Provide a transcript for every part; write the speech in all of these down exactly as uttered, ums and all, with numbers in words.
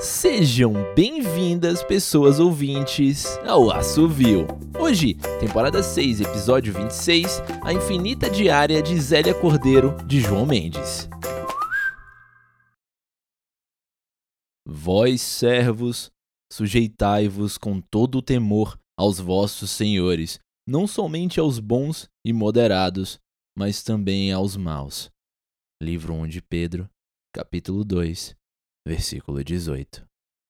Sejam bem-vindas, pessoas ouvintes, ao Assovio. Hoje, temporada seis, episódio vinte e seis, A Infinita Diária de Zélia Cordeiro, de João Mendes. Vós, servos, sujeitai-vos com todo o temor aos vossos senhores, não somente aos bons e moderados, mas também aos maus. Livro um de Pedro, capítulo dois, versículo dezoito.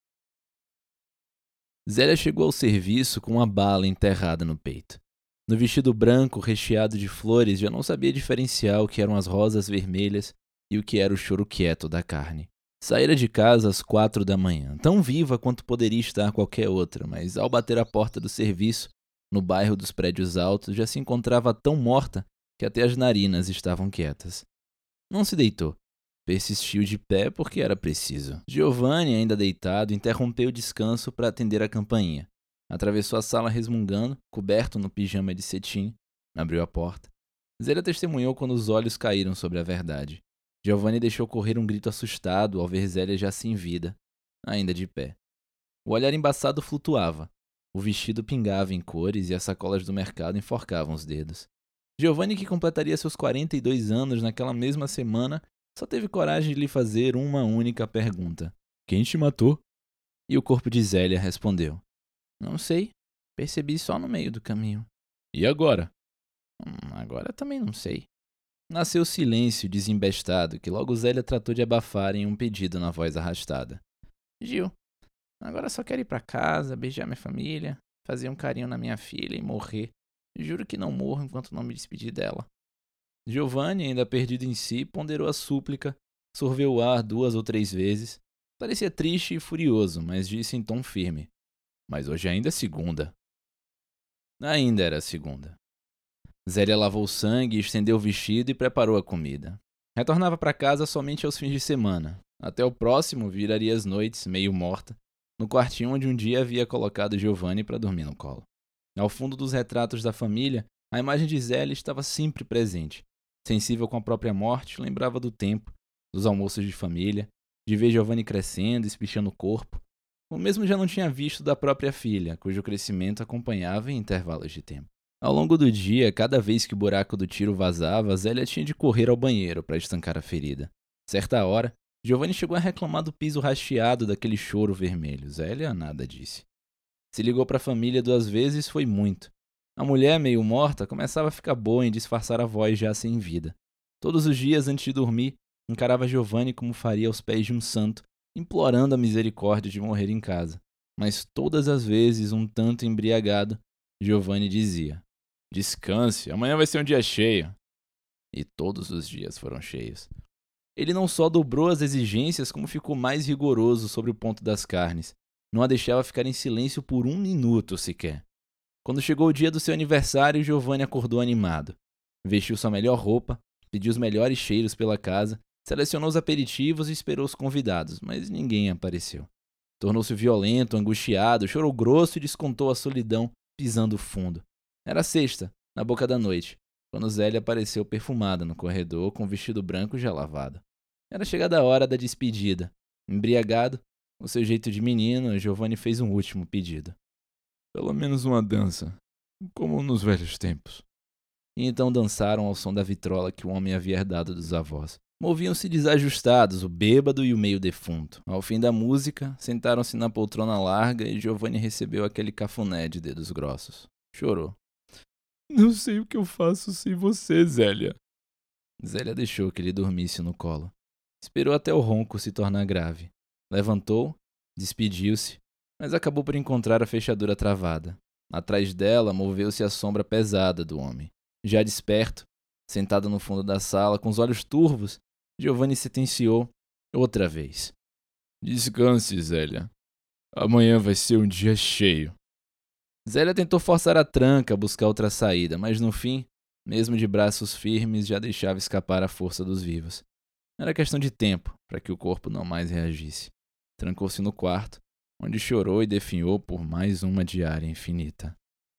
Zélia chegou ao serviço com uma bala enterrada no peito. No vestido branco recheado de flores, já não sabia diferenciar o que eram as rosas vermelhas e o que era o choro quieto da carne. Saíra de casa às quatro da manhã, tão viva quanto poderia estar qualquer outra, mas ao bater a porta do serviço, no bairro dos prédios altos, já se encontrava tão morta que até as narinas estavam quietas. Não se deitou. Persistiu de pé porque era preciso. Giovanni, ainda deitado, interrompeu o descanso para atender a campainha. Atravessou a sala resmungando, coberto no pijama de cetim. Abriu a porta. Zélia testemunhou quando os olhos caíram sobre a verdade. Giovanni deixou correr um grito assustado ao ver Zélia já sem vida, ainda de pé. O olhar embaçado flutuava. O vestido pingava em cores e as sacolas do mercado enforcavam os dedos. Giovanni, que completaria seus quarenta e dois anos naquela mesma semana, só teve coragem de lhe fazer uma única pergunta. Quem te matou? E o corpo de Zélia respondeu. Não sei. Percebi só no meio do caminho. E agora? Hum, agora também não sei. Nasceu silêncio desembestado que logo Zélia tratou de abafar em um pedido na voz arrastada. Gil, agora só quero ir pra casa, beijar minha família, fazer um carinho na minha filha e morrer. Juro que não morro enquanto não me despedir dela. Giovanni, ainda perdido em si, ponderou a súplica, sorveu o ar duas ou três vezes. Parecia triste e furioso, mas disse em tom firme. Mas hoje ainda é segunda. Ainda era segunda. Zélia lavou o sangue, estendeu o vestido e preparou a comida. Retornava para casa somente aos fins de semana. Até o próximo viraria as noites, meio morta, no quartinho onde um dia havia colocado Giovanni para dormir no colo. Ao fundo dos retratos da família, a imagem de Zélia estava sempre presente. Sensível com a própria morte, lembrava do tempo, dos almoços de família, de ver Giovanni crescendo, espichando o corpo. O mesmo já não tinha visto da própria filha, cujo crescimento acompanhava em intervalos de tempo. Ao longo do dia, cada vez que o buraco do tiro vazava, Zélia tinha de correr ao banheiro para estancar a ferida. Certa hora, Giovanni chegou a reclamar do piso rasteado daquele choro vermelho. Zélia nada disse. Se ligou para a família duas vezes, foi muito. A mulher, meio morta, começava a ficar boa em disfarçar a voz já sem vida. Todos os dias, antes de dormir, encarava Giovanni como faria aos pés de um santo, implorando a misericórdia de morrer em casa. Mas todas as vezes, um tanto embriagado, Giovanni dizia: Descanse, amanhã vai ser um dia cheio. E todos os dias foram cheios. Ele não só dobrou as exigências, como ficou mais rigoroso sobre o ponto das carnes. Não a deixava ficar em silêncio por um minuto sequer. Quando chegou o dia do seu aniversário, Giovanni acordou animado. Vestiu sua melhor roupa, pediu os melhores cheiros pela casa, selecionou os aperitivos e esperou os convidados, mas ninguém apareceu. Tornou-se violento, angustiado, chorou grosso e descontou a solidão, pisando fundo. Era sexta, na boca da noite, quando Zélia apareceu perfumada no corredor com o vestido branco já lavado. Era chegada a hora da despedida. Embriagado, com seu jeito de menino, Giovanni fez um último pedido. Pelo menos uma dança, como nos velhos tempos. E então dançaram ao som da vitrola que o homem havia herdado dos avós. Moviam-se desajustados, o bêbado e o meio defunto. Ao fim da música, sentaram-se na poltrona larga e Giovanni recebeu aquele cafuné de dedos grossos. Chorou. Não sei o que eu faço sem você, Zélia. Zélia deixou que ele dormisse no colo. Esperou até o ronco se tornar grave. Levantou, despediu-se, mas acabou por encontrar a fechadura travada. Atrás dela, moveu-se a sombra pesada do homem. Já desperto, sentado no fundo da sala, com os olhos turvos, Giovanni sentenciou outra vez. Descanse, Zélia. Amanhã vai ser um dia cheio. Zélia tentou forçar a tranca, buscar outra saída, mas no fim, mesmo de braços firmes, já deixava escapar a força dos vivos. Era questão de tempo para que o corpo não mais reagisse. Trancou-se no quarto, onde chorou e definhou por mais uma diária infinita.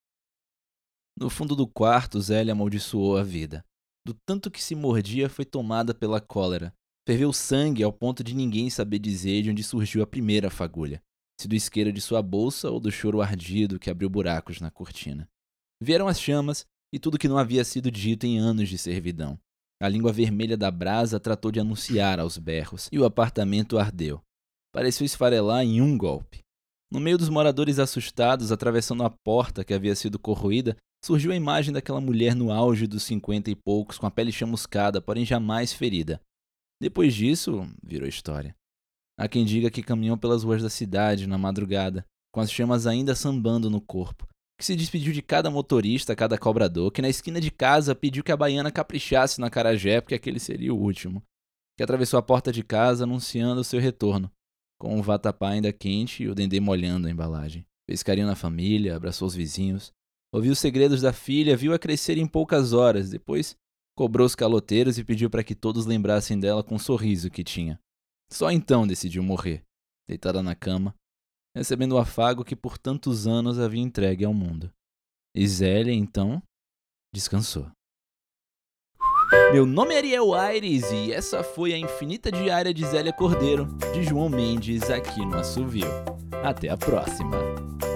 No fundo do quarto, Zélia amaldiçoou a vida. Do tanto que se mordia, foi tomada pela cólera. Ferveu sangue ao ponto de ninguém saber dizer de onde surgiu a primeira fagulha, se do isqueiro de sua bolsa ou do choro ardido que abriu buracos na cortina. Vieram as chamas e tudo que não havia sido dito em anos de servidão. A língua vermelha da brasa tratou de anunciar aos berros, e o apartamento ardeu. Pareceu esfarelar em um golpe. No meio dos moradores assustados, atravessando a porta que havia sido corroída, surgiu a imagem daquela mulher no auge dos cinquenta e poucos, com a pele chamuscada, porém jamais ferida. Depois disso, virou história. Há quem diga que caminhou pelas ruas da cidade na madrugada, com as chamas ainda sambando no corpo, que se despediu de cada motorista, cada cobrador, que na esquina de casa pediu que a baiana caprichasse na acarajé porque aquele seria o último, que atravessou a porta de casa anunciando o seu retorno, com o vatapá ainda quente e o dendê molhando a embalagem. Fez carinho na família, abraçou os vizinhos, ouviu os segredos da filha, viu-a crescer em poucas horas, depois cobrou os caloteiros e pediu para que todos lembrassem dela com o sorriso que tinha. Só então decidiu morrer, deitada na cama, recebendo o afago que por tantos anos havia entregue ao mundo. E Zélia, então, descansou. Meu nome é Ariel Aires e essa foi a Infinita Diária de Zélia Cordeiro, de João Mendes, aqui no Assovio. Até a próxima!